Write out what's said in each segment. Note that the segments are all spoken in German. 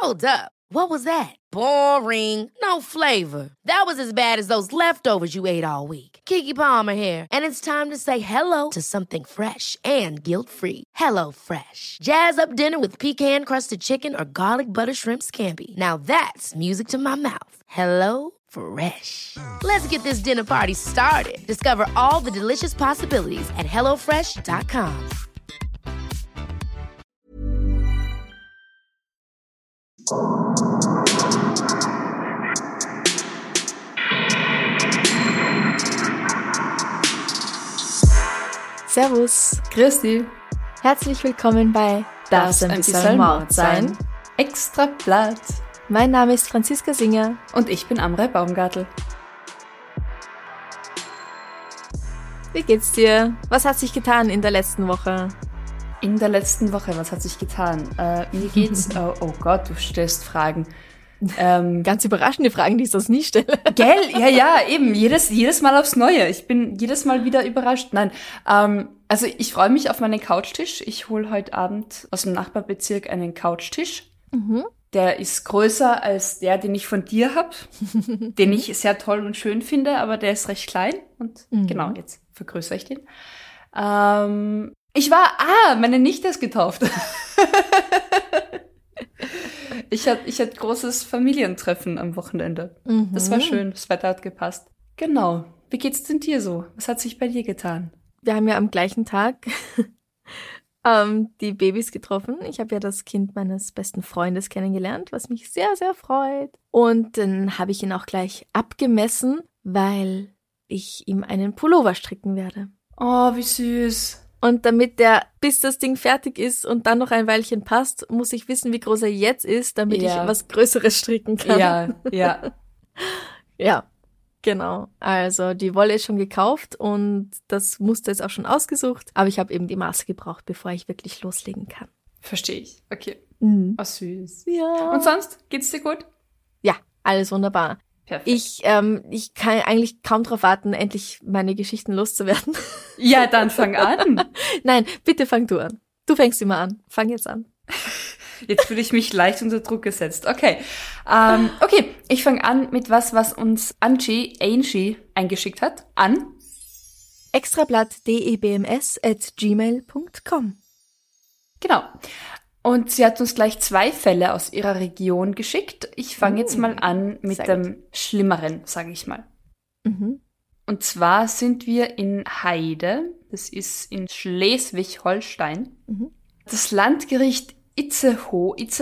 Hold up. What was that? Boring. No flavor. That was as bad as those leftovers you ate all week. Keke Palmer here. And it's time to say hello to something fresh and guilt-free. Hello Fresh. Jazz up dinner with pecan-crusted chicken or garlic butter shrimp scampi. Now that's music to my mouth. Hello Fresh. Let's get this dinner party started. Discover all the delicious possibilities at hellofresh.com. Servus, Grüß dich. herzlich willkommen bei Darf's ein bisschen Mord sein? Extra Blatt. Mein Name ist Franziska Singer. Und ich bin Amrei Baumgartl. Wie geht's dir? Was hat sich getan in der letzten Woche? In der letzten Woche, was hat sich getan? Mir geht's, oh Gott, du stellst Fragen. Ganz überraschende Fragen, die ich sonst nie stelle. Gell? Ja, eben. Jedes Mal aufs Neue. Ich bin jedes Mal wieder überrascht. Nein, also ich freue mich auf meinen Couchtisch. Ich hole heute Abend aus dem Nachbarbezirk einen Couchtisch. Mhm. Der ist größer als der, den ich von dir habe, den ich sehr toll und schön finde, aber der ist recht klein. Und genau, jetzt vergrößere ich den. Meine Nichte ist getauft. Ich hatte großes Familientreffen am Wochenende. Mhm. Das war schön, das Wetter hat gepasst. Genau. Wie geht's denn dir so? Was hat sich bei dir getan? Wir haben ja am gleichen Tag die Babys getroffen. Ich habe ja das Kind meines besten Freundes kennengelernt, was mich sehr, sehr freut. Und dann habe ich ihn auch gleich abgemessen, weil ich ihm einen Pullover stricken werde. Oh, wie süß. Und bis das Ding fertig ist und dann noch ein Weilchen passt, muss ich wissen, wie groß er jetzt ist, damit ich was Größeres stricken kann. Ja. Ja, genau. Also die Wolle ist schon gekauft und das Muster ist auch schon ausgesucht. Aber ich habe eben die Maße gebraucht, bevor ich wirklich loslegen kann. Verstehe ich. Okay. Mhm. Oh, süß. Ja. Und sonst? Geht's dir gut? Ja, alles wunderbar. Perfekt. Ich kann eigentlich kaum darauf warten, endlich meine Geschichten loszuwerden. Ja, dann fang an. Nein, bitte fang du an. Du fängst immer an. Fang jetzt an. Jetzt fühle ich mich leicht unter Druck gesetzt. Okay. Ich fange an mit was uns Angie eingeschickt hat. An extrablatt.debms@gmail.com. Genau. Und sie hat uns gleich 2 Fälle aus ihrer Region geschickt. Ich fange jetzt mal an mit dem Schlimmeren, sage ich mal. Mhm. Und zwar sind wir in Heide, das ist in Schleswig-Holstein. Mhm. Das Landgericht Itzehoe, ich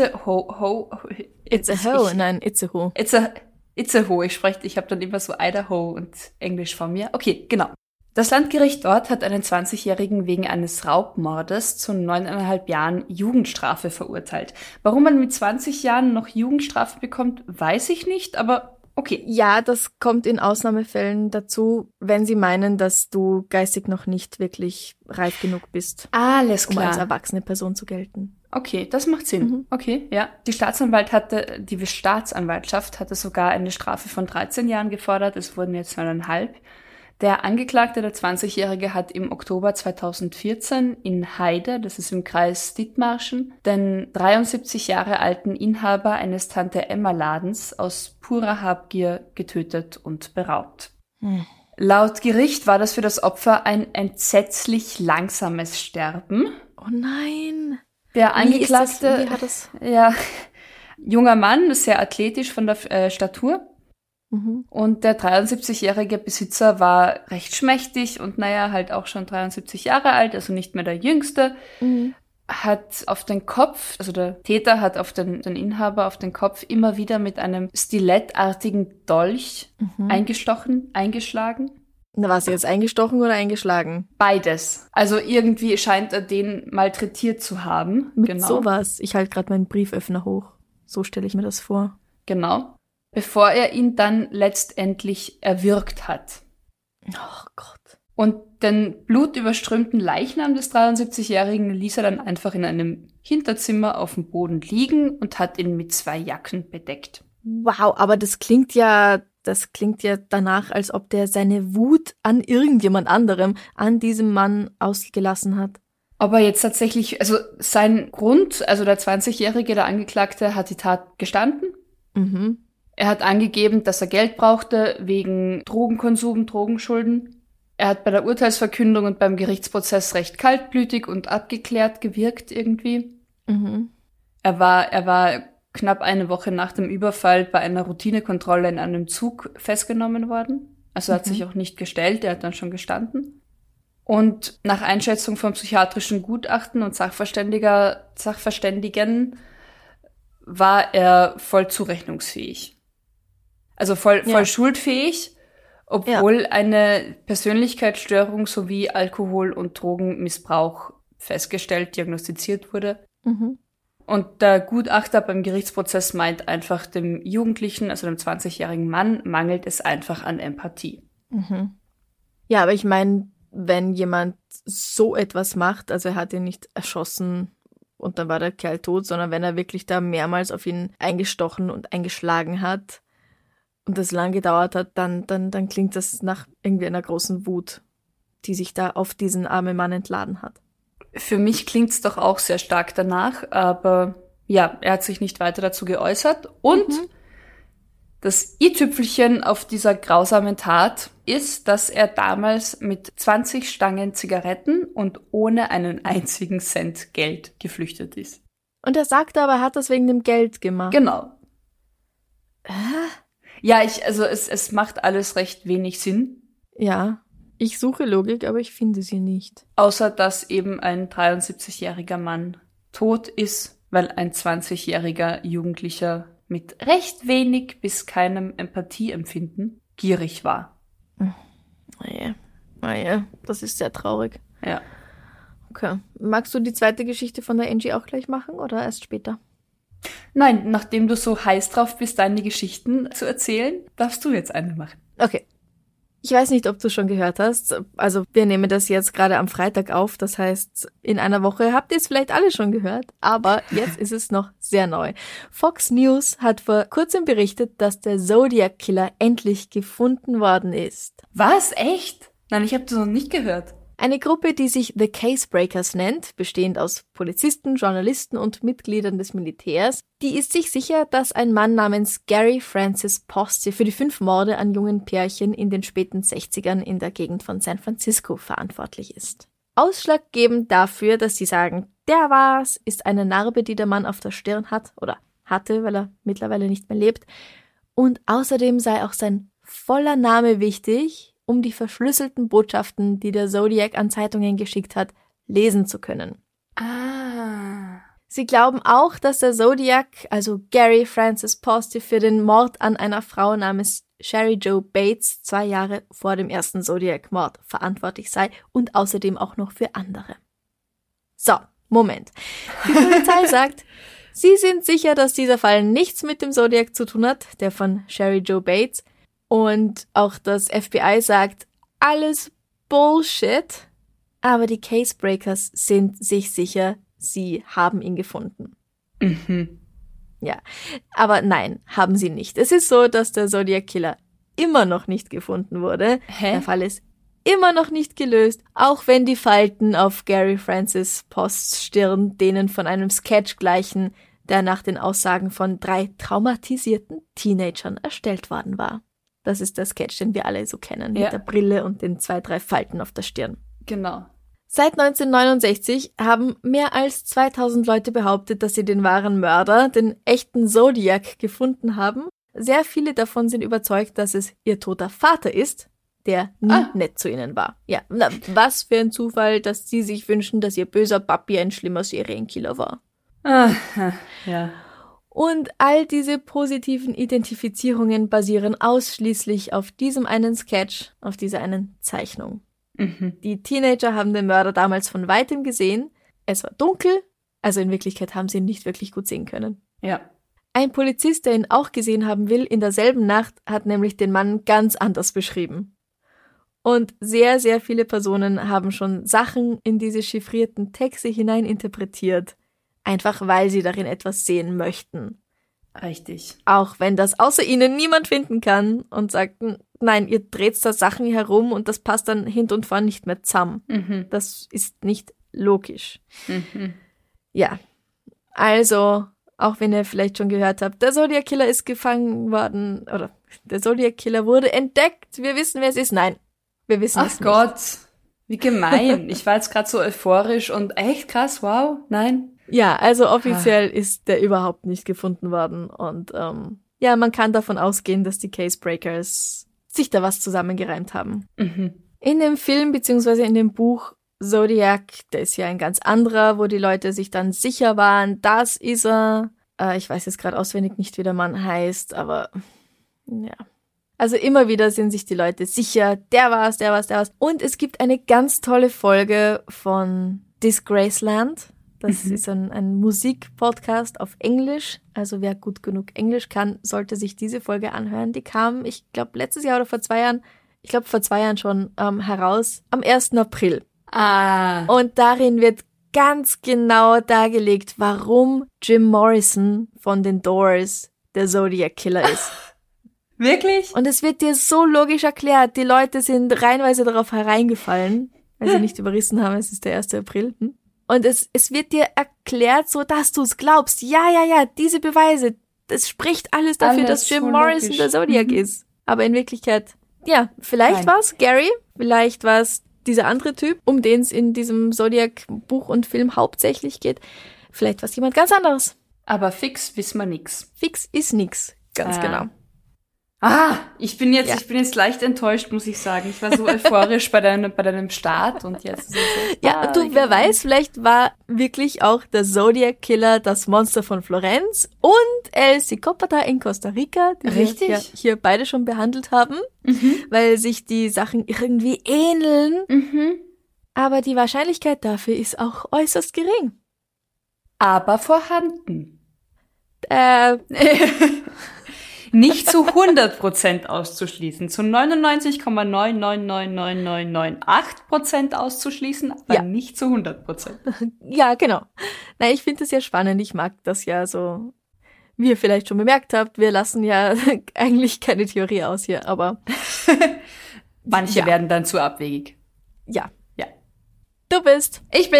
habe dann immer so Idaho und Englisch vor mir. Okay, genau. Das Landgericht dort hat einen 20-Jährigen wegen eines Raubmordes zu 9,5 Jahren Jugendstrafe verurteilt. Warum man mit 20 Jahren noch Jugendstrafe bekommt, weiß ich nicht, aber okay. Ja, das kommt in Ausnahmefällen dazu, wenn sie meinen, dass du geistig noch nicht wirklich reif genug bist. Alles klar. Um als erwachsene Person zu gelten. Okay, das macht Sinn. Mhm. Okay, ja. Die Staatsanwaltschaft hatte sogar eine Strafe von 13 Jahren gefordert. Es wurden jetzt 9,5. Der Angeklagte, der 20-Jährige, hat im Oktober 2014 in Heide, das ist im Kreis Dithmarschen, den 73 Jahre alten Inhaber eines Tante-Emma-Ladens aus purer Habgier getötet und beraubt. Laut Gericht war das für das Opfer ein entsetzlich langsames Sterben. Oh nein! Der Angeklagte, wie hat das? Ja, junger Mann, sehr athletisch von der Statur. Und der 73-jährige Besitzer war recht schmächtig und halt auch schon 73 Jahre alt, also nicht mehr der Jüngste, hat auf den Kopf, also der Täter hat auf den Inhaber auf den Kopf immer wieder mit einem stilettartigen Dolch eingeschlagen. Na, war sie jetzt eingestochen oder eingeschlagen? Beides. Also irgendwie scheint er den malträtiert zu haben. Mit sowas. Ich halte gerade meinen Brieföffner hoch. So stelle ich mir das vor. Genau. Bevor er ihn dann letztendlich erwürgt hat. Oh Gott. Und den blutüberströmten Leichnam des 73-Jährigen ließ er dann einfach in einem Hinterzimmer auf dem Boden liegen und hat ihn mit 2 Jacken bedeckt. Wow, aber das klingt ja danach, als ob der seine Wut an irgendjemand anderem, an diesem Mann ausgelassen hat. Aber jetzt tatsächlich, also sein Grund, also der 20-Jährige, der Angeklagte, hat die Tat gestanden. Mhm. Er hat angegeben, dass er Geld brauchte wegen Drogenkonsum, Drogenschulden. Er hat bei der Urteilsverkündung und beim Gerichtsprozess recht kaltblütig und abgeklärt gewirkt irgendwie. Mhm. Er war knapp eine Woche nach dem Überfall bei einer Routinekontrolle in einem Zug festgenommen worden. Also er hat sich auch nicht gestellt, er hat dann schon gestanden. Und nach Einschätzung von psychiatrischen Gutachten und Sachverständigen war er voll zurechnungsfähig. Also voll schuldfähig, obwohl eine Persönlichkeitsstörung sowie Alkohol- und Drogenmissbrauch festgestellt, diagnostiziert wurde. Mhm. Und der Gutachter beim Gerichtsprozess meint einfach, dem Jugendlichen, also dem 20-jährigen Mann, mangelt es einfach an Empathie. Mhm. Ja, aber ich meine, wenn jemand so etwas macht, also er hat ihn nicht erschossen und dann war der Kerl tot, sondern wenn er wirklich da mehrmals auf ihn eingestochen und eingeschlagen hat und das lang gedauert hat, dann klingt das nach irgendwie einer großen Wut, die sich da auf diesen armen Mann entladen hat. Für mich klingt's doch auch sehr stark danach, aber ja, er hat sich nicht weiter dazu geäußert. Und das i-Tüpfelchen auf dieser grausamen Tat ist, dass er damals mit 20 Stangen Zigaretten und ohne einen einzigen Cent Geld geflüchtet ist. Und er sagte aber, er hat das wegen dem Geld gemacht. Genau. Ja, es macht alles recht wenig Sinn. Ja, ich suche Logik, aber ich finde sie nicht. Außer, dass eben ein 73-jähriger Mann tot ist, weil ein 20-jähriger Jugendlicher mit recht wenig bis keinem Empathieempfinden gierig war. Naja, das ist sehr traurig. Ja. Okay. Magst du die zweite Geschichte von der Angie auch gleich machen oder erst später? Nein, nachdem du so heiß drauf bist, deine Geschichten zu erzählen, darfst du jetzt eine machen. Okay. Ich weiß nicht, ob du schon gehört hast. Also wir nehmen das jetzt gerade am Freitag auf. Das heißt, in einer Woche habt ihr es vielleicht alle schon gehört. Aber jetzt ist es noch sehr neu. Fox News hat vor kurzem berichtet, dass der Zodiac Killer endlich gefunden worden ist. Was? Echt? Nein, ich habe das noch nicht gehört. Eine Gruppe, die sich The Casebreakers nennt, bestehend aus Polizisten, Journalisten und Mitgliedern des Militärs, die ist sich sicher, dass ein Mann namens Gary Francis Poste für die 5 Morde an jungen Pärchen in den späten 60ern in der Gegend von San Francisco verantwortlich ist. Ausschlaggebend dafür, dass sie sagen, der war's, ist eine Narbe, die der Mann auf der Stirn hat oder hatte, weil er mittlerweile nicht mehr lebt. Und außerdem sei auch sein voller Name wichtig, um die verschlüsselten Botschaften, die der Zodiac an Zeitungen geschickt hat, lesen zu können. Ah. Sie glauben auch, dass der Zodiac, also Gary Francis Poste, für den Mord an einer Frau namens Sherry Jo Bates 2 Jahre vor dem ersten Zodiac-Mord verantwortlich sei und außerdem auch noch für andere. So, Moment. Die Polizei sagt, sie sind sicher, dass dieser Fall nichts mit dem Zodiac zu tun hat, der von Sherry Jo Bates. Und auch das FBI sagt, alles Bullshit. Aber die Casebreakers sind sich sicher, sie haben ihn gefunden. Mhm. Ja, aber nein, haben sie nicht. Es ist so, dass der Zodiac Killer immer noch nicht gefunden wurde. Hä? Der Fall ist immer noch nicht gelöst, auch wenn die Falten auf Gary Francis Posts Stirn denen von einem Sketch gleichen, der nach den Aussagen von 3 traumatisierten Teenagern erstellt worden war. Das ist der Sketch, den wir alle so kennen, Ja. mit der Brille und den 2, 3 Falten auf der Stirn. Genau. Seit 1969 haben mehr als 2000 Leute behauptet, dass sie den wahren Mörder, den echten Zodiac, gefunden haben. Sehr viele davon sind überzeugt, dass es ihr toter Vater ist, der nie nett zu ihnen war. Ja, na, was für ein Zufall, dass sie sich wünschen, dass ihr böser Papi ein schlimmer Serienkiller war. Ja. Und all diese positiven Identifizierungen basieren ausschließlich auf diesem einen Sketch, auf dieser einen Zeichnung. Mhm. Die Teenager haben den Mörder damals von weitem gesehen. Es war dunkel, also in Wirklichkeit haben sie ihn nicht wirklich gut sehen können. Ja. Ein Polizist, der ihn auch gesehen haben will, in derselben Nacht, hat nämlich den Mann ganz anders beschrieben. Und sehr, sehr viele Personen haben schon Sachen in diese chiffrierten Texte hineininterpretiert, einfach weil sie darin etwas sehen möchten. Richtig. Auch wenn das außer ihnen niemand finden kann und sagt, nein, ihr dreht da Sachen herum und das passt dann hinten und vorn nicht mehr zusammen. Mhm. Das ist nicht logisch. Mhm. Ja, also, auch wenn ihr vielleicht schon gehört habt, der Zodiac Killer ist gefangen worden, oder der Zodiac Killer wurde entdeckt. Wir wissen, wer es ist. Nein, wir wissen es Ach nicht. Gott, wie gemein. Ich war jetzt gerade so euphorisch und echt krass, wow, nein. Ja, also offiziell ist der überhaupt nicht gefunden worden. Und ja, man kann davon ausgehen, dass die Casebreakers sich da was zusammengereimt haben. Mhm. In dem Film beziehungsweise in dem Buch Zodiac, der ist ja ein ganz anderer, wo die Leute sich dann sicher waren, das ist er. Ich weiß jetzt gerade auswendig nicht, wie der Mann heißt, aber ja. Also immer wieder sind sich die Leute sicher, der war's. Und es gibt eine ganz tolle Folge von Disgraceland. Das ist ein Musikpodcast auf Englisch. Also wer gut genug Englisch kann, sollte sich diese Folge anhören. Die kam, ich glaube, letztes Jahr oder vor 2 Jahren, ich glaube vor 2 Jahren schon heraus, am 1. April. Ah. Und darin wird ganz genau dargelegt, warum Jim Morrison von den Doors der Zodiac Killer ist. Wirklich? Und es wird dir so logisch erklärt. Die Leute sind reihenweise darauf hereingefallen, weil sie nicht überrissen haben, es ist der 1. April. Und es wird dir erklärt, so dass du es glaubst. Ja, diese Beweise, das spricht alles dafür, Alles dass Jim so Morrison logisch. der Zodiac ist. Aber in Wirklichkeit, ja, vielleicht Nein. war es Gary, vielleicht war es dieser andere Typ, um den es in diesem Zodiac-Buch und Film hauptsächlich geht. Vielleicht war es jemand ganz anderes. Aber fix wissen wir nix. Fix ist nix, ganz genau. Ich bin jetzt leicht enttäuscht, muss ich sagen. Ich war so euphorisch bei deinem Start und jetzt ist es so. Ja, wer weiß, vielleicht war wirklich auch der Zodiac Killer das Monster von Florenz und El Psicópata in Costa Rica, die Richtig. wir ja hier beide schon behandelt haben, weil sich die Sachen irgendwie ähneln. Mhm. Aber die Wahrscheinlichkeit dafür ist auch äußerst gering. Aber vorhanden. Nicht zu 100% auszuschließen, zu 99,999998% auszuschließen, aber Ja. nicht zu 100%. Ja, genau. Na, ich finde es ja spannend. Ich mag das ja so, wie ihr vielleicht schon bemerkt habt. Wir lassen ja eigentlich keine Theorie aus hier, aber Manche Ja. werden dann zu abwegig. ja. Ja. Du bist.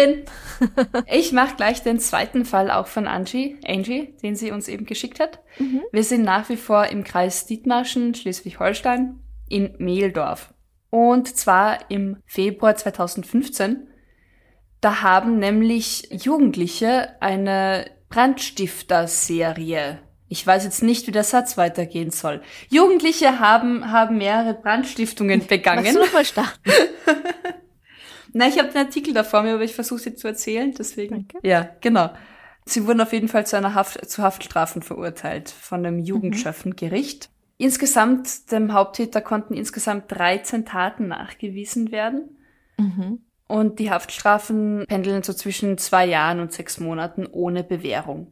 Ich mache gleich den zweiten Fall auch von Angie, den sie uns eben geschickt hat. Wir sind nach wie vor im Kreis Dithmarschen, Schleswig-Holstein, in Mehldorf. Und zwar im Februar 2015. Da haben nämlich Jugendliche eine Brandstifter-Serie. Ich weiß jetzt nicht, wie der Satz weitergehen soll. Jugendliche haben mehrere Brandstiftungen Magst begangen. du noch mal starten? Nein, ich habe den Artikel da vor mir, aber ich versuche es jetzt zu erzählen, deswegen. Danke. Ja, genau. Sie wurden auf jeden Fall zu Haftstrafen verurteilt von einem Jugendschöffengericht. Insgesamt, dem Haupttäter konnten insgesamt 13 Taten nachgewiesen werden. Und die Haftstrafen pendeln so zwischen 2 Jahren und 6 Monaten ohne Bewährung.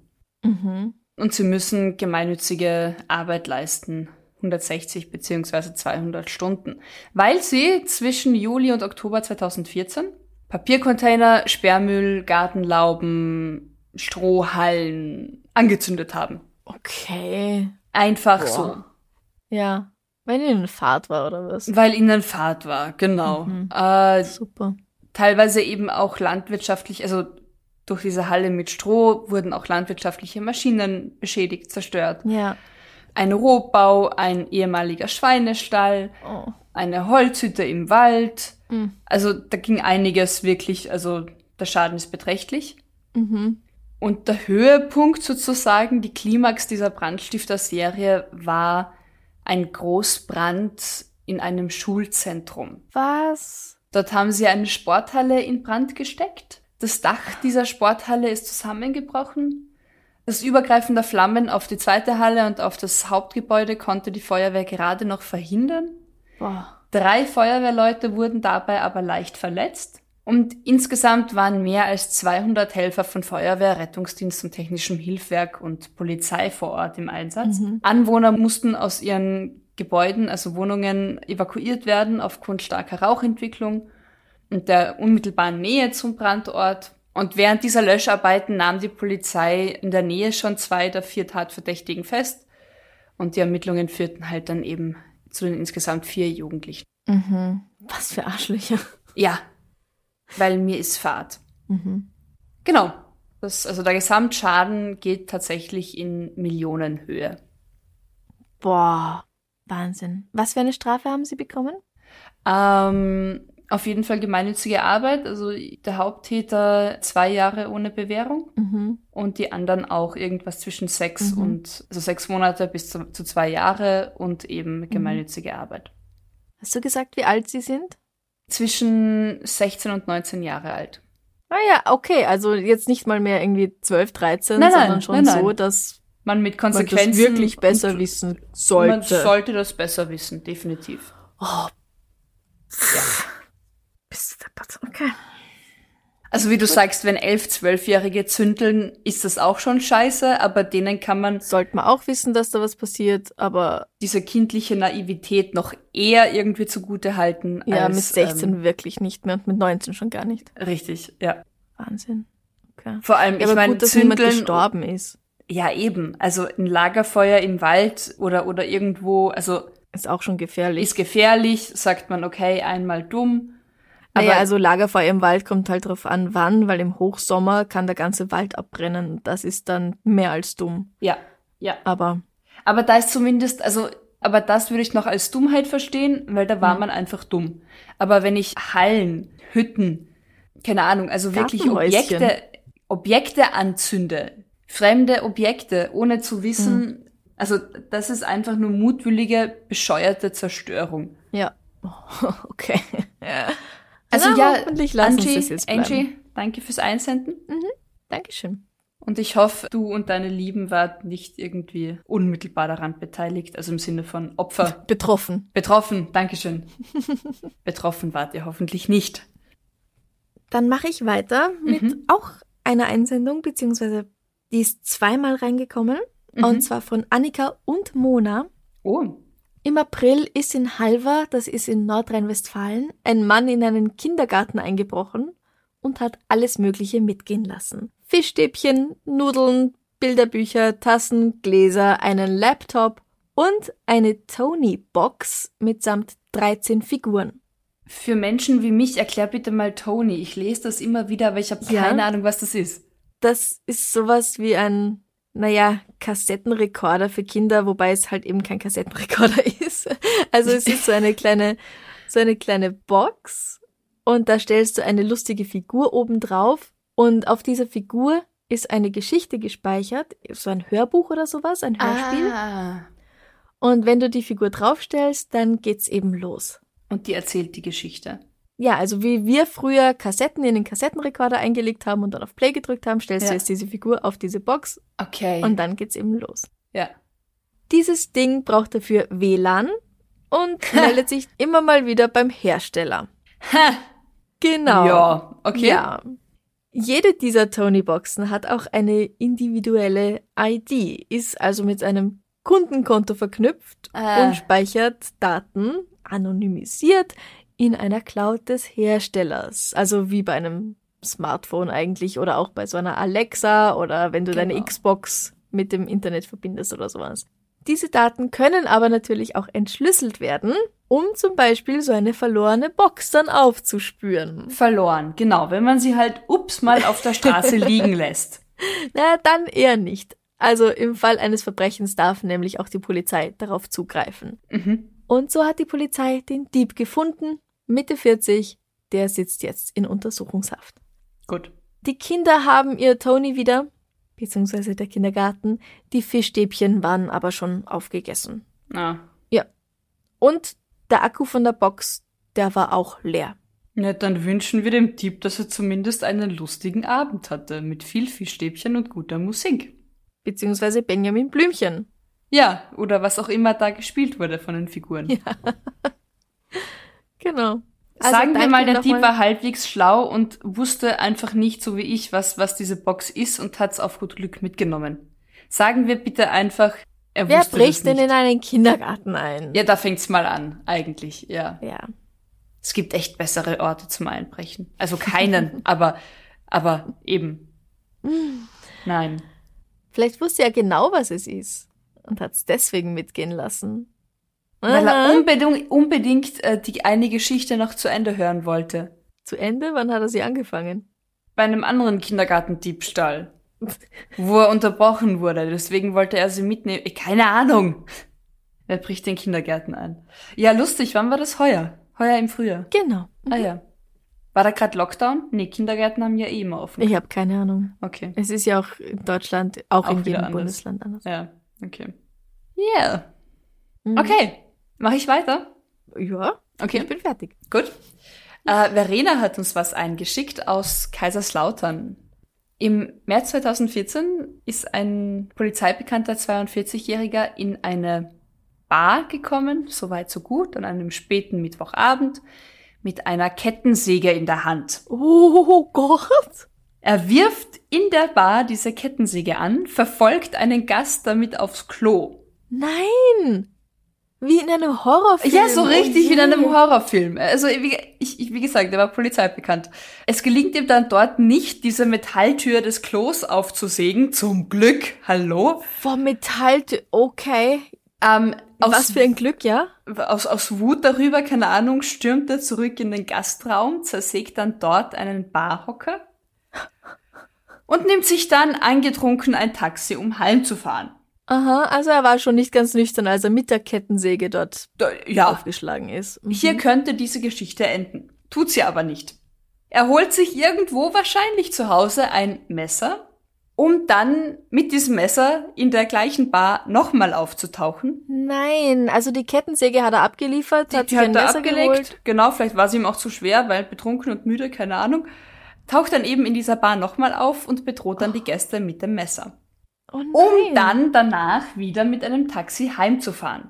Und sie müssen gemeinnützige Arbeit leisten. 160 beziehungsweise 200 Stunden, weil sie zwischen Juli und Oktober 2014 Papiercontainer, Sperrmüll, Gartenlauben, Strohhallen angezündet haben. Okay. Einfach so. Ja. Wenn ihnen Fahrt war, oder was? Weil ihnen Fahrt war, genau. Super. Teilweise eben auch landwirtschaftlich, also durch diese Halle mit Stroh wurden auch landwirtschaftliche Maschinen beschädigt, zerstört. Ja. Ein Rohbau, ein ehemaliger Schweinestall, Oh. eine Holzhütte im Wald. Also da ging einiges wirklich, also der Schaden ist beträchtlich. Und der Höhepunkt sozusagen, die Klimax dieser Brandstifter-Serie war ein Großbrand in einem Schulzentrum. Was? Dort haben sie eine Sporthalle in Brand gesteckt. Das Dach dieser Sporthalle ist zusammengebrochen. Das Übergreifen der Flammen auf die zweite Halle und auf das Hauptgebäude konnte die Feuerwehr gerade noch verhindern. Boah. 3 Feuerwehrleute wurden dabei aber leicht verletzt. Und insgesamt waren mehr als 200 Helfer von Feuerwehr, Rettungsdienst und technischem Hilfswerk und Polizei vor Ort im Einsatz. Anwohner mussten aus ihren Gebäuden, also Wohnungen, evakuiert werden aufgrund starker Rauchentwicklung und der unmittelbaren Nähe zum Brandort. Und während dieser Löscharbeiten nahm die Polizei in der Nähe schon 2 der 4 Tatverdächtigen fest. Und die Ermittlungen führten halt dann eben zu den insgesamt 4 Jugendlichen. Was für Arschlöcher. Ja, weil mir ist Fahrt. Genau. Also der Gesamtschaden geht tatsächlich in Millionenhöhe. Boah, Wahnsinn. Was für eine Strafe haben Sie bekommen? Auf jeden Fall gemeinnützige Arbeit. Also der Haupttäter 2 Jahre ohne Bewährung und die anderen auch irgendwas zwischen 6 Monate bis zu 2 Jahre und eben gemeinnützige Arbeit. Hast du gesagt, wie alt Sie sind? Zwischen 16 und 19 Jahre alt. Ah ja, okay, also jetzt nicht mal mehr irgendwie 12, 13, Nein, sondern schon nein. so, dass Man mit man Konsequenzen das wirklich besser wissen sollte. Man sollte das besser wissen, definitiv. Oh, Ja. bist du deppert. Okay. Also wie du sagst, wenn 11-, 12-Jährige zündeln, ist das auch schon scheiße, aber denen kann man Sollte man auch wissen, dass da was passiert, aber diese kindliche Naivität noch eher irgendwie zugute halten. ja, als, mit 16 wirklich nicht mehr und mit 19 schon gar nicht. Richtig, ja. Wahnsinn. Okay. Vor allem, Ja, ich aber meine, gut, dass niemand zündeln. gestorben ist. Ja, eben. Also ein Lagerfeuer im Wald oder irgendwo, also Ist auch schon gefährlich. ist gefährlich, sagt man, okay, einmal dumm. Naja, Aber also Lagerfeuer im Wald kommt halt drauf an, wann, weil im Hochsommer kann der ganze Wald abbrennen. Das ist dann mehr als dumm. ja. Aber Aber da ist zumindest, aber das würde ich noch als Dummheit verstehen, weil da war man einfach dumm. Aber wenn ich Hallen, Hütten, keine Ahnung, also wirklich Gartenhäuschen. Objekte anzünde, fremde Objekte, ohne zu wissen, also das ist einfach nur mutwillige, bescheuerte Zerstörung. ja, okay. Also Na, ja, hoffentlich lassen sie es jetzt bleiben. Angie, danke fürs Einsenden. Dankeschön. Und ich hoffe, du und deine Lieben wart nicht irgendwie unmittelbar daran beteiligt, also im Sinne von Opfer. Betroffen. Betroffen, Dankeschön. Betroffen wart ihr hoffentlich nicht. Dann mache ich weiter mit auch einer Einsendung, beziehungsweise die ist zweimal reingekommen. Und zwar von Annika und Mona. Oh, Im April ist in Halver, das ist in Nordrhein-Westfalen, ein Mann in einen Kindergarten eingebrochen und hat alles Mögliche mitgehen lassen. Fischstäbchen, Nudeln, Bilderbücher, Tassen, Gläser, einen Laptop und eine Tony-Box mitsamt 13 Figuren. für Menschen wie mich, erklär bitte mal Tony. Ich lese das immer wieder, aber ich habe Ja. keine Ahnung, was das ist. Das ist sowas wie ein, Kassettenrekorder für Kinder, wobei es halt eben kein Kassettenrekorder ist. Also es ist so eine kleine Box und da stellst du eine lustige Figur oben drauf und auf dieser Figur ist eine Geschichte gespeichert, so ein Hörbuch oder sowas, ein Hörspiel. Und wenn du die Figur draufstellst, dann geht's eben los. Und die erzählt die Geschichte. Ja, also wie wir früher Kassetten in den Kassettenrekorder eingelegt haben und dann auf Play gedrückt haben, stellst du jetzt diese Figur auf diese Box Okay. und dann geht's eben los. ja. Dieses Ding braucht dafür WLAN und meldet sich immer mal wieder beim Hersteller. Ha. Genau. Ja, okay. Ja. Jede dieser Tony-Boxen hat auch eine individuelle ID, ist also mit einem Kundenkonto verknüpft und speichert Daten anonymisiert in einer Cloud des Herstellers. Also wie bei einem Smartphone eigentlich oder auch bei so einer Alexa oder wenn du deine Genau. Xbox mit dem Internet verbindest oder sowas. Diese Daten können aber natürlich auch entschlüsselt werden, um zum Beispiel so eine verlorene Box dann aufzuspüren. Verloren, genau. Wenn man sie halt, mal auf der Straße liegen lässt. Na, dann eher nicht. Also im Fall eines Verbrechens darf nämlich auch die Polizei darauf zugreifen. Und so hat die Polizei den Dieb gefunden, Mitte 40, der sitzt jetzt in Untersuchungshaft. Gut. Die Kinder haben ihr Tony wieder, beziehungsweise der Kindergarten, die Fischstäbchen waren aber schon aufgegessen. Ah. Ja. Und der Akku von der Box, der war auch leer. Ja, dann wünschen wir dem Dieb, dass er zumindest einen lustigen Abend hatte, mit viel Fischstäbchen und guter Musik. Beziehungsweise Benjamin Blümchen. Ja, oder was auch immer da gespielt wurde von den Figuren. Genau. Sagen wir mal, der danke Dieb nochmal. war halbwegs schlau und wusste einfach nicht, so wie ich, was diese Box ist und hat's auf gut Glück mitgenommen. Sagen wir bitte einfach, er Wer wusste bricht das denn nicht. in einen Kindergarten ein? Ja, da fängt's mal an, eigentlich, ja. Ja. Es gibt echt bessere Orte zum Einbrechen. Also keinen, aber eben. Nein. Vielleicht wusste er genau, was es ist und hat es deswegen mitgehen lassen. Weil Aha. er unbedingt die eine Geschichte noch zu Ende hören wollte. Zu Ende? Wann hat er sie angefangen? bei einem anderen Kindergartendiebstahl, wo er unterbrochen wurde. Deswegen wollte er sie mitnehmen. Keine Ahnung. Wer bricht den Kindergärten ein? Ja, lustig. Wann war das? Heuer? Heuer im Frühjahr. Genau. Ah ja. War da gerade Lockdown? Nee, Kindergärten haben ja eh immer offen. Ich habe keine Ahnung. Okay. Es ist ja auch in Deutschland, auch in wieder jedem anders. Bundesland anders. Ja, okay. Yeah. Mhm. Okay. Mache ich weiter? Ja, Okay. ich bin fertig. Gut. Verena hat uns was eingeschickt aus Kaiserslautern. Im März 2014 ist ein polizeibekannter 42-Jähriger in eine Bar gekommen, soweit so gut, an einem späten Mittwochabend, mit einer Kettensäge in der Hand. Oh Gott. Er wirft in der Bar diese Kettensäge an, verfolgt einen Gast damit aufs Klo. Nein. Wie in einem Horrorfilm. Ja, so richtig Oh wie in einem je. Horrorfilm. Also, wie gesagt, er war polizeibekannt. Es gelingt ihm dann dort nicht, diese Metalltür des Klos aufzusägen. Zum Glück. Hallo? Vom Metall, okay. Was für ein Glück, ja? Aus Wut darüber, keine Ahnung, stürmt er zurück in den Gastraum, zersägt dann dort einen Barhocker und nimmt sich dann angetrunken ein Taxi, um heimzufahren. Aha, also er war schon nicht ganz nüchtern, als er mit der Kettensäge dort Ja, aufgeschlagen ist. Mhm. hier könnte diese Geschichte enden. Tut sie aber nicht. Er holt sich irgendwo, wahrscheinlich zu Hause, ein Messer, um dann mit diesem Messer in der gleichen Bar nochmal aufzutauchen. Nein, also die Kettensäge hat er abgeliefert, hat Die sich ein hat er Messer abgelegt. geholt. Genau, vielleicht war sie ihm auch zu schwer, weil betrunken und müde, keine Ahnung. Taucht dann eben in dieser Bar nochmal auf und bedroht dann die Gäste mit dem Messer. Oh nein. Um dann danach wieder mit einem Taxi heimzufahren.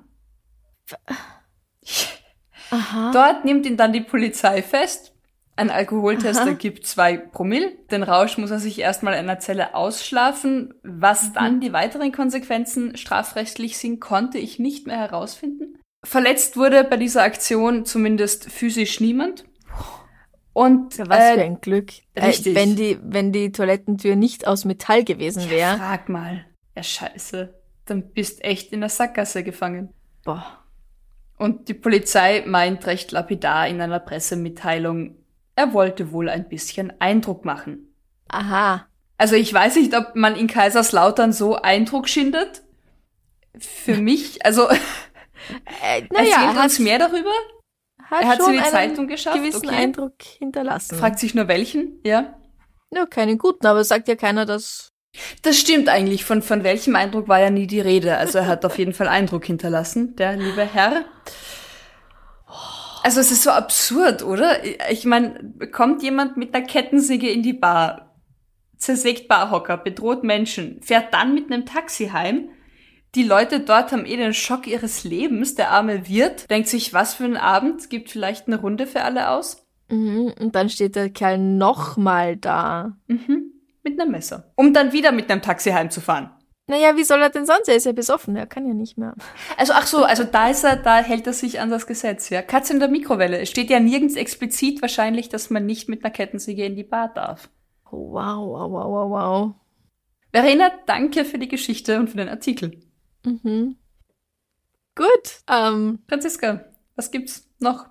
Aha. Dort nimmt ihn dann die Polizei fest. Ein Alkoholtest ergibt 2 Promille. Den Rausch muss er sich erstmal in einer Zelle ausschlafen. Was dann die weiteren Konsequenzen strafrechtlich sind, konnte ich nicht mehr herausfinden. Verletzt wurde bei dieser Aktion zumindest physisch niemand. Und Was für ein Glück. richtig. Wenn die Toilettentür nicht aus Metall gewesen wäre. frag mal. Ja, scheiße. Dann bist echt in der Sackgasse gefangen. Boah. Und die Polizei meint recht lapidar in einer Pressemitteilung, er wollte wohl ein bisschen Eindruck machen. Aha. Also ich weiß nicht, ob man in Kaiserslautern so Eindruck schindet. Für mich, also erzählt uns mehr darüber. Er hat schon in die einen Zeitung geschafft, gewissen okay. Eindruck hinterlassen. Fragt sich nur welchen, ja. Ja, keinen guten, aber es sagt ja keiner, dass... Das stimmt eigentlich. Von welchem Eindruck war ja nie die Rede. Also er hat auf jeden Fall Eindruck hinterlassen, der liebe Herr. Also es ist so absurd, oder? Ich meine, kommt jemand mit einer Kettensäge in die Bar, zersägt Barhocker, bedroht Menschen, fährt dann mit einem Taxi heim. Die Leute dort haben den Schock ihres Lebens. Der arme Wirt denkt sich, was für ein Abend, gibt vielleicht eine Runde für alle aus. Mhm. Und dann steht der Kerl nochmal da. Mit einem Messer. Um dann wieder mit einem Taxi heimzufahren. Naja, wie soll er denn sonst? Er ist ja besoffen, er kann ja nicht mehr. Also, da hält er sich an das Gesetz, ja. Katze in der Mikrowelle. Es steht ja nirgends explizit wahrscheinlich, dass man nicht mit einer Kettensäge in die Bar darf. Oh, wow. Verena, danke für die Geschichte und für den Artikel. Mhm. Gut, Franziska, was gibt's noch?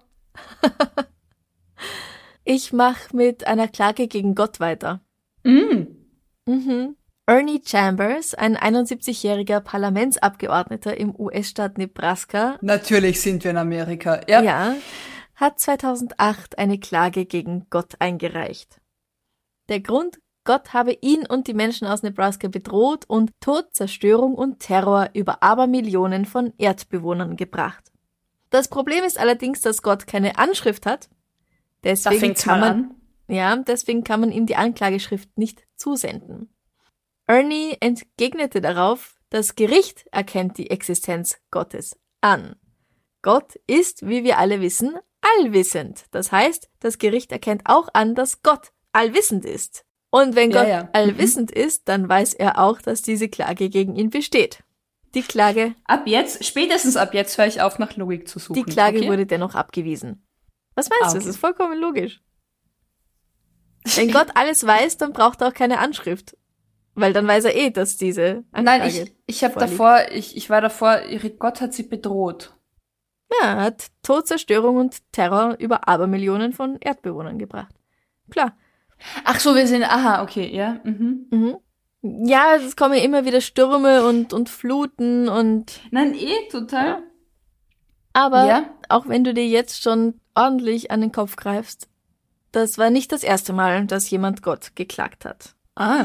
ich mache mit einer Klage gegen Gott weiter. Ernie Chambers, ein 71-jähriger Parlamentsabgeordneter im US-Staat Nebraska, Natürlich sind wir in Amerika, ja. ja, hat 2008 eine Klage gegen Gott eingereicht. Der Grund: Gott habe ihn und die Menschen aus Nebraska bedroht und Tod, Zerstörung und Terror über Abermillionen von Erdbewohnern gebracht. Das Problem ist allerdings, dass Gott keine Anschrift hat. Deswegen kann man ihm die Anklageschrift nicht zusenden. Ernie entgegnete darauf, das Gericht erkennt die Existenz Gottes an. Gott ist, wie wir alle wissen, allwissend. Das heißt, das Gericht erkennt auch an, dass Gott allwissend ist. Und wenn Gott allwissend ist, dann weiß er auch, dass diese Klage gegen ihn besteht. Die Klage Spätestens ab jetzt höre ich auf, nach Logik zu suchen. Die Klage okay? wurde dennoch abgewiesen. Was meinst du? Okay. Das ist vollkommen logisch. Wenn Gott alles weiß, dann braucht er auch keine Anschrift. Weil dann weiß er dass diese Anklage Nein, ich habe vorliegt. ich war davor, Gott hat sie bedroht. Ja, er hat Tod, Zerstörung und Terror über Abermillionen von Erdbewohnern gebracht. Klar. Ach so, wir sind, aha, okay, ja. Mhm. Mhm. Ja, es kommen immer wieder Stürme und Fluten und... Nein, total. Ja. Aber Ja. auch wenn du dir jetzt schon ordentlich an den Kopf greifst, das war nicht das erste Mal, dass jemand Gott geklagt hat. Ah,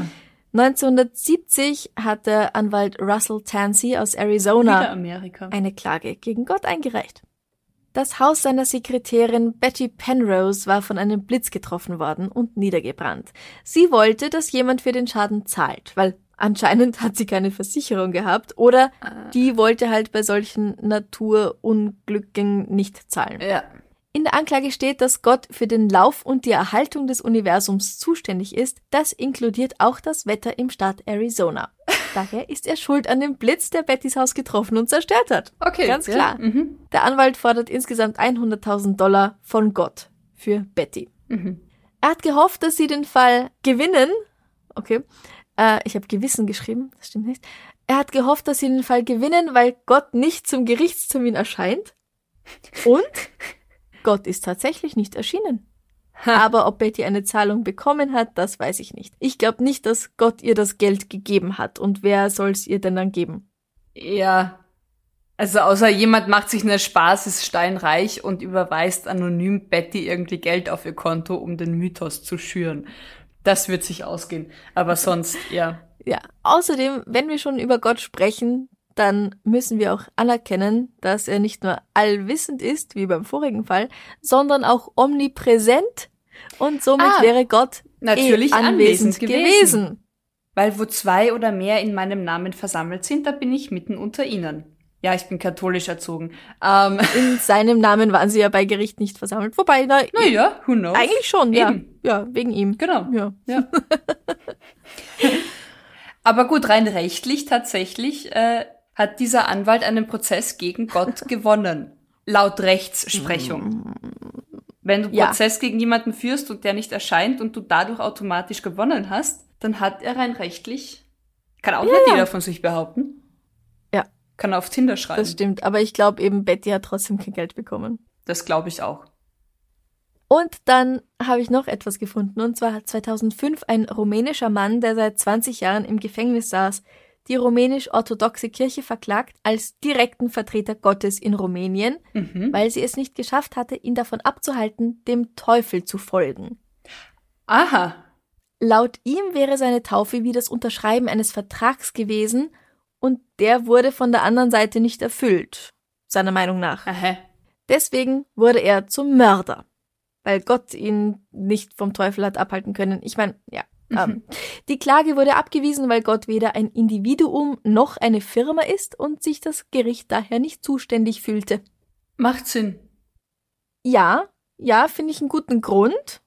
1970 hat der Anwalt Russell Tansey aus wieder Arizona Amerika. eine Klage gegen Gott eingereicht. Das Haus seiner Sekretärin Betty Penrose war von einem Blitz getroffen worden und niedergebrannt. Sie wollte, dass jemand für den Schaden zahlt, weil anscheinend hat sie keine Versicherung gehabt oder die wollte halt bei solchen Naturunglücken nicht zahlen. Ja. In der Anklage steht, dass Gott für den Lauf und die Erhaltung des Universums zuständig ist. Das inkludiert auch das Wetter im Staat Arizona. Daher ist er schuld an dem Blitz, der Bettys Haus getroffen und zerstört hat. Okay. Ganz ja. klar. Mhm. Der Anwalt fordert insgesamt $100.000 von Gott für Betty. Mhm. Er hat gehofft, dass sie den Fall gewinnen. Okay, ich habe Gewissen geschrieben, das stimmt nicht. Er hat gehofft, dass sie den Fall gewinnen, weil Gott nicht zum Gerichtstermin erscheint. Und Gott ist tatsächlich nicht erschienen. Aber ob Betty eine Zahlung bekommen hat, das weiß ich nicht. Ich glaube nicht, dass Gott ihr das Geld gegeben hat. Und wer soll es ihr denn dann geben? Ja. Also außer jemand macht sich einen Spaß, ist steinreich und überweist anonym Betty irgendwie Geld auf ihr Konto, um den Mythos zu schüren. Das wird sich ausgehen. Aber sonst, ja. Ja, außerdem, wenn wir schon über Gott sprechen, dann müssen wir auch anerkennen, dass er nicht nur allwissend ist, wie beim vorigen Fall, sondern auch omnipräsent und somit wäre Gott natürlich anwesend gewesen. Weil wo 2 oder mehr in meinem Namen versammelt sind, da bin ich mitten unter ihnen. Ja, ich bin katholisch erzogen. In seinem Namen waren sie ja bei Gericht nicht versammelt. Wobei, Naja, who knows? eigentlich schon, ja. Eben. Ja, wegen ihm. Genau. Ja. Aber gut, rein rechtlich tatsächlich hat dieser Anwalt einen Prozess gegen Gott gewonnen. Laut Rechtsprechung. Wenn du Prozess gegen jemanden führst und der nicht erscheint und du dadurch automatisch gewonnen hast, dann hat er rein rechtlich, kann auch nicht jeder von sich behaupten. Ja. Kann auf Tinder schreiben. Das stimmt, aber ich glaube eben, Betty hat trotzdem kein Geld bekommen. Das glaube ich auch. Und dann habe ich noch etwas gefunden, und zwar hat 2005 ein rumänischer Mann, der seit 20 Jahren im Gefängnis saß, die rumänisch-orthodoxe Kirche verklagt als direkten Vertreter Gottes in Rumänien, weil sie es nicht geschafft hatte, ihn davon abzuhalten, dem Teufel zu folgen. Aha. Laut ihm wäre seine Taufe wie das Unterschreiben eines Vertrags gewesen und der wurde von der anderen Seite nicht erfüllt, seiner Meinung nach. Aha. Deswegen wurde er zum Mörder, weil Gott ihn nicht vom Teufel hat abhalten können. Ich meine, ja. Die Klage wurde abgewiesen, weil Gott weder ein Individuum noch eine Firma ist und sich das Gericht daher nicht zuständig fühlte. Macht Sinn. Ja, finde ich einen guten Grund.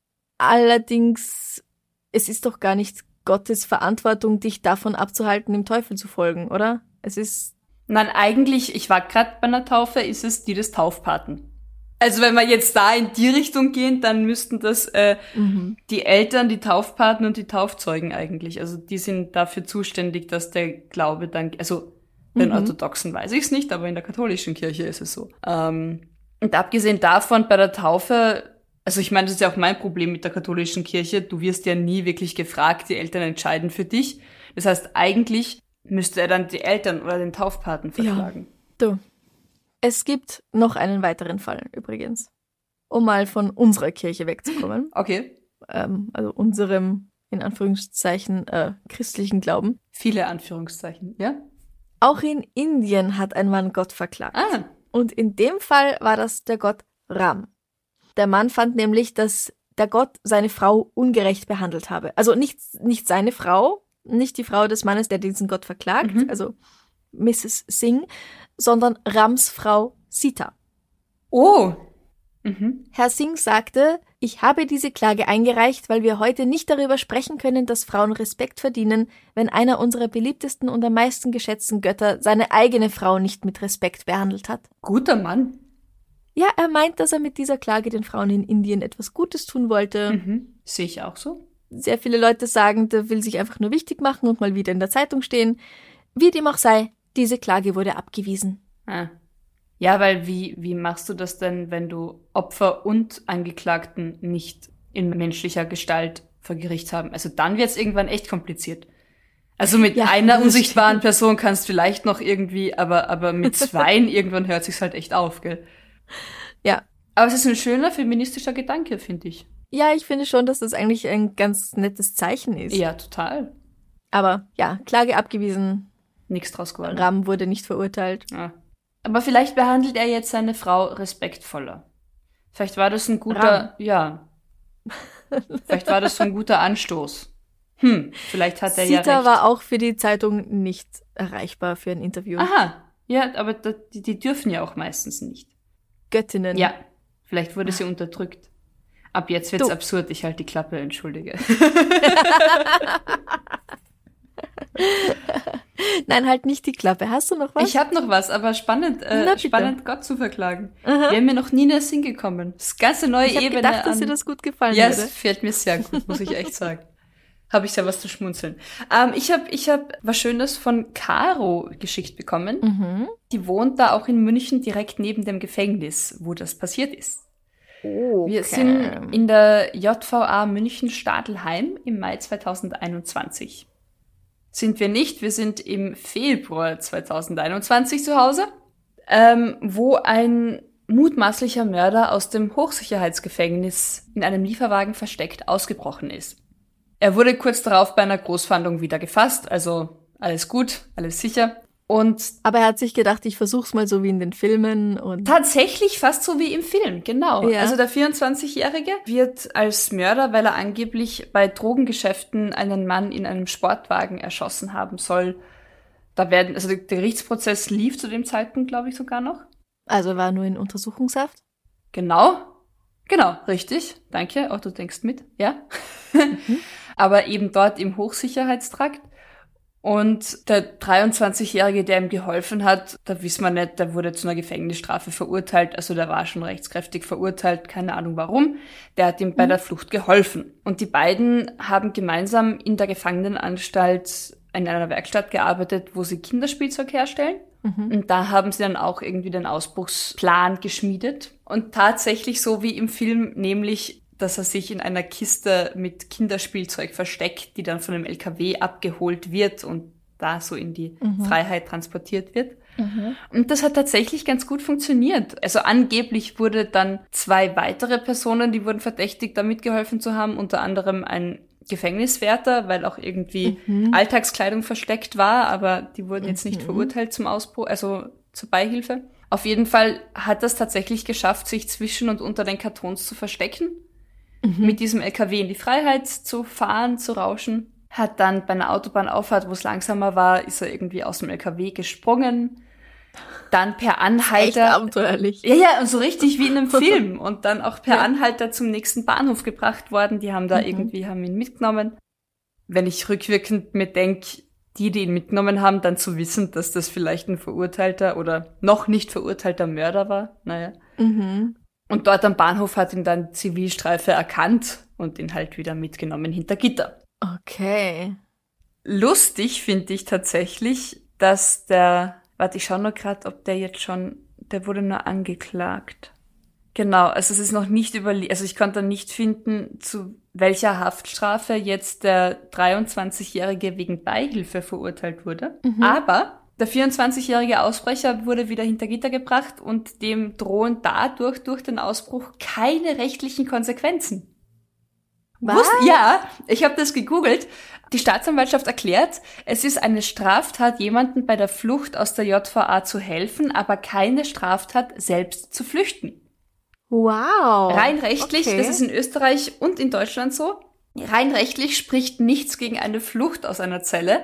Allerdings, es ist doch gar nicht Gottes Verantwortung, dich davon abzuhalten, dem Teufel zu folgen, oder? Es ist... Nein, eigentlich, ich war gerade bei einer Taufe, ist es die des Taufpaten. Also wenn wir jetzt da in die Richtung gehen, dann müssten das die Eltern, die Taufpaten und die Taufzeugen eigentlich. Also die sind dafür zuständig, dass der Glaube dann, also bei den Orthodoxen weiß ich es nicht, aber in der katholischen Kirche ist es so. Und abgesehen davon, bei der Taufe, also ich meine, das ist ja auch mein Problem mit der katholischen Kirche, du wirst ja nie wirklich gefragt, die Eltern entscheiden für dich. Das heißt, eigentlich müsste er dann die Eltern oder den Taufpaten verklagen. Ja, du. Es gibt noch einen weiteren Fall übrigens, um mal von unserer Kirche wegzukommen. Okay. Also unserem, in Anführungszeichen, christlichen Glauben. Viele Anführungszeichen, ja? Auch in Indien hat ein Mann Gott verklagt. Ah. Und in dem Fall war das der Gott Ram. Der Mann fand nämlich, dass der Gott seine Frau ungerecht behandelt habe. Also nicht seine Frau, nicht die Frau des Mannes, der diesen Gott verklagt, also Mrs. Singh, sondern Rams Frau Sita. Oh! Herr Singh sagte, ich habe diese Klage eingereicht, weil wir heute nicht darüber sprechen können, dass Frauen Respekt verdienen, wenn einer unserer beliebtesten und am meisten geschätzten Götter seine eigene Frau nicht mit Respekt behandelt hat. Guter Mann. Ja, er meint, dass er mit dieser Klage den Frauen in Indien etwas Gutes tun wollte. Sehe ich auch so. Sehr viele Leute sagen, der will sich einfach nur wichtig machen und mal wieder in der Zeitung stehen. Wie dem auch sei, diese Klage wurde abgewiesen. Ah. Ja, weil wie machst du das denn, wenn du Opfer und Angeklagten nicht in menschlicher Gestalt vor Gericht haben. Also dann wird's irgendwann echt kompliziert. Also mit einer unsichtbaren Person kannst du vielleicht noch irgendwie, aber mit zweien irgendwann hört sich's halt echt auf, gell? Ja. Aber es ist ein schöner feministischer Gedanke, finde ich. Ja, ich finde schon, dass das eigentlich ein ganz nettes Zeichen ist. Ja, total. Aber ja, Klage abgewiesen. Nichts draus geworden. Ram wurde nicht verurteilt. Ja. Aber vielleicht behandelt er jetzt seine Frau respektvoller. Vielleicht war das ein guter, vielleicht war das so ein guter Anstoß. Vielleicht hat er ja recht. Sita war auch für die Zeitung nicht erreichbar für ein Interview. Aha, ja, aber die dürfen ja auch meistens nicht. Göttinnen. Ja, vielleicht wurde sie unterdrückt. Ab jetzt wird's absurd, ich halte die Klappe, entschuldige. Nein, halt nicht die Klappe. Hast du noch was? Ich habe noch was, aber spannend Gott zu verklagen. Aha. Wäre mir noch nie in den Sinn gekommen. Das ganze neue Ebene. Ich habe gedacht, dass dir das gut gefallen ja, würde. Ja, es fällt mir sehr gut, muss ich echt sagen. Habe ich ja was zu schmunzeln. Ich hab was Schönes von Caro geschickt bekommen. Mhm. Die wohnt da auch in München direkt neben dem Gefängnis, wo das passiert ist. Okay. Wir sind in der JVA München-Stadelheim im Mai 2021. Sind wir nicht, wir sind im Februar 2021 zu Hause, wo ein mutmaßlicher Mörder aus dem Hochsicherheitsgefängnis in einem Lieferwagen versteckt ausgebrochen ist. Er wurde kurz darauf bei einer Großfahndung wieder gefasst, also alles gut, alles sicher. Aber er hat sich gedacht, ich versuch's mal so wie in den Filmen. Und tatsächlich fast so wie im Film, genau. Ja. Also der 24-Jährige wird als Mörder, weil er angeblich bei Drogengeschäften einen Mann in einem Sportwagen erschossen haben soll. Der Gerichtsprozess lief zu dem Zeitpunkt, glaube ich, sogar noch. Also er war nur in Untersuchungshaft? Genau, richtig. Danke, auch du denkst mit, ja. Aber eben dort im Hochsicherheitstrakt. Und der 23-Jährige, der ihm geholfen hat, da wissen wir nicht, der wurde zu einer Gefängnisstrafe verurteilt, also der war schon rechtskräftig verurteilt, keine Ahnung warum. Der hat ihm bei der Flucht geholfen. Und die beiden haben gemeinsam in der Gefangenenanstalt in einer Werkstatt gearbeitet, wo sie Kinderspielzeug herstellen. Und da haben sie dann auch irgendwie den Ausbruchsplan geschmiedet. Und tatsächlich so wie im Film, nämlich dass er sich in einer Kiste mit Kinderspielzeug versteckt, die dann von einem LKW abgeholt wird und da so in die Freiheit transportiert wird. Und das hat tatsächlich ganz gut funktioniert. Also angeblich wurde dann 2 weitere Personen, die wurden verdächtigt, da mitgeholfen zu haben, unter anderem ein Gefängniswärter, weil auch irgendwie Alltagskleidung versteckt war, aber die wurden jetzt nicht verurteilt zum Ausbruch, also zur Beihilfe. Auf jeden Fall hat das tatsächlich geschafft, sich zwischen und unter den Kartons zu verstecken. Mit diesem LKW in die Freiheit zu fahren, zu rauschen. Hat dann bei einer Autobahnauffahrt, wo es langsamer war, ist er irgendwie aus dem LKW gesprungen. Dann per Anhalter. Echt abenteuerlich. Ja, und so richtig wie in einem Film. Und dann auch per Anhalter zum nächsten Bahnhof gebracht worden. Die haben da haben ihn mitgenommen. Wenn ich rückwirkend mir denke, die ihn mitgenommen haben, dann zu wissen, dass das vielleicht ein verurteilter oder noch nicht verurteilter Mörder war. Naja. Und dort am Bahnhof hat ihn dann Zivilstreife erkannt und ihn halt wieder mitgenommen hinter Gitter. Okay. Lustig finde ich tatsächlich, dass ich schaue nur gerade, ob der wurde nur angeklagt. Genau, also es ist noch nicht also ich konnte nicht finden, zu welcher Haftstrafe jetzt der 23-Jährige wegen Beihilfe verurteilt wurde. Aber der 24-jährige Ausbrecher wurde wieder hinter Gitter gebracht und dem drohen dadurch durch den Ausbruch keine rechtlichen Konsequenzen. Was? Ja, ich habe das gegoogelt. Die Staatsanwaltschaft erklärt, es ist eine Straftat, jemanden bei der Flucht aus der JVA zu helfen, aber keine Straftat, selbst zu flüchten. Wow. Rein rechtlich, das ist in Österreich und in Deutschland so, rein rechtlich spricht nichts gegen eine Flucht aus einer Zelle.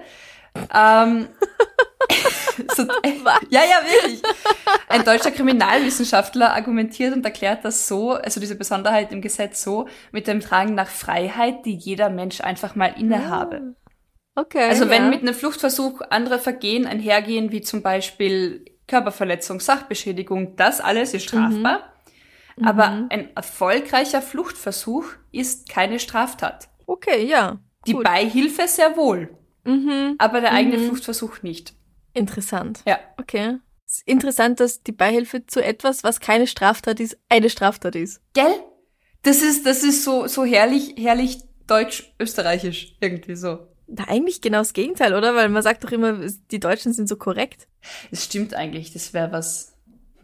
Ja, wirklich. Ein deutscher Kriminalwissenschaftler argumentiert und erklärt das so, also diese Besonderheit im Gesetz so, mit dem Drang nach Freiheit, die jeder Mensch einfach mal innehabe. Okay. Also wenn mit einem Fluchtversuch andere Vergehen einhergehen, wie zum Beispiel Körperverletzung, Sachbeschädigung, das alles ist strafbar. Aber ein erfolgreicher Fluchtversuch ist keine Straftat. Okay, ja. Die Beihilfe sehr wohl. Aber der eigene Fluchtversuch nicht. Interessant. Ja. Okay. Es ist interessant, dass die Beihilfe zu etwas, was keine Straftat ist, eine Straftat ist. Gell? Das ist so herrlich deutsch-österreichisch irgendwie so. Na, eigentlich genau das Gegenteil, oder? Weil man sagt doch immer, die Deutschen sind so korrekt. Es stimmt eigentlich, das wäre was.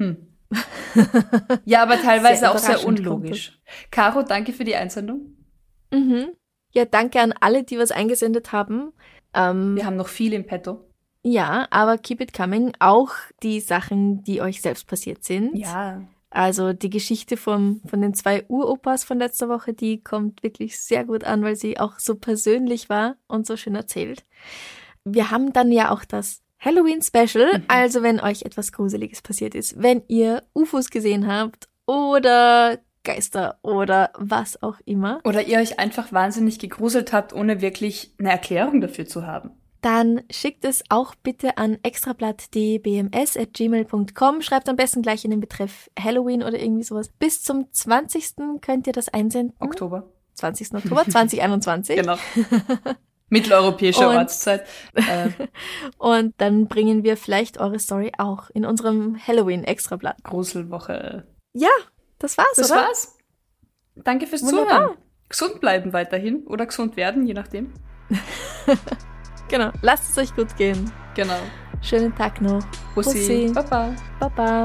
Ja, aber teilweise auch sehr unlogisch. Caro, danke für die Einsendung. Ja, danke an alle, die was eingesendet haben. Wir haben noch viel im Petto. Ja, aber keep it coming. Auch die Sachen, die euch selbst passiert sind. Ja. Also die Geschichte von den 2 Uropas von letzter Woche, die kommt wirklich sehr gut an, weil sie auch so persönlich war und so schön erzählt. Wir haben dann ja auch das Halloween-Special, also wenn euch etwas Gruseliges passiert ist, wenn ihr UFOs gesehen habt oder Geister oder was auch immer. Oder ihr euch einfach wahnsinnig gegruselt habt, ohne wirklich eine Erklärung dafür zu haben. Dann schickt es auch bitte an extrablatt.bms@gmail.com. Schreibt am besten gleich in den Betreff Halloween oder irgendwie sowas. Bis zum 20. könnt ihr das einsenden. 20. Oktober 2021. Genau. Mitteleuropäische Ortszeit. Und dann bringen wir vielleicht eure Story auch in unserem Halloween-Extrablatt. Gruselwoche. Ja, das war's, oder? Das war's. Danke fürs Zuhören. Gesund bleiben weiterhin oder gesund werden, je nachdem. Genau. Lasst es euch gut gehen. Genau. Schönen Tag noch. Bussi. Baba. Baba.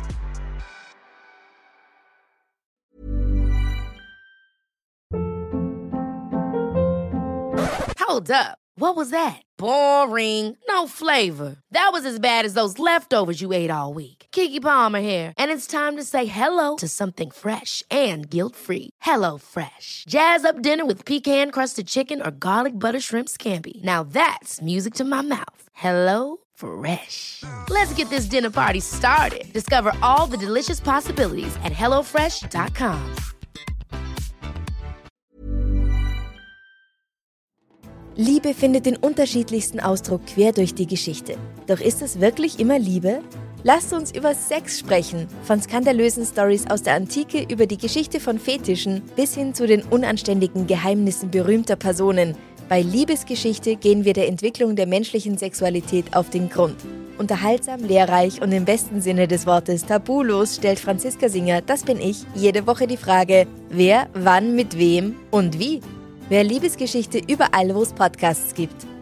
Hold up. What was that? Boring. No flavor. That was as bad as those leftovers you ate all week. Keke Palmer here, and it's time to say hello to something fresh and guilt-free. Hello Fresh. Jazz up dinner with pecan-crusted chicken or garlic butter shrimp scampi. Now that's music to my mouth. Hello Fresh. Let's get this dinner party started. Discover all the delicious possibilities at hellofresh.com. Liebe findet den unterschiedlichsten Ausdruck quer durch die Geschichte. Doch ist es wirklich immer Liebe? Lasst uns über Sex sprechen. Von skandalösen Storys aus der Antike über die Geschichte von Fetischen bis hin zu den unanständigen Geheimnissen berühmter Personen. Bei Liebesgeschichte gehen wir der Entwicklung der menschlichen Sexualität auf den Grund. Unterhaltsam, lehrreich und im besten Sinne des Wortes tabulos stellt Franziska Singer, das bin ich, jede Woche die Frage, wer, wann, mit wem und wie. Wer Liebesgeschichte überall, wo es Podcasts gibt.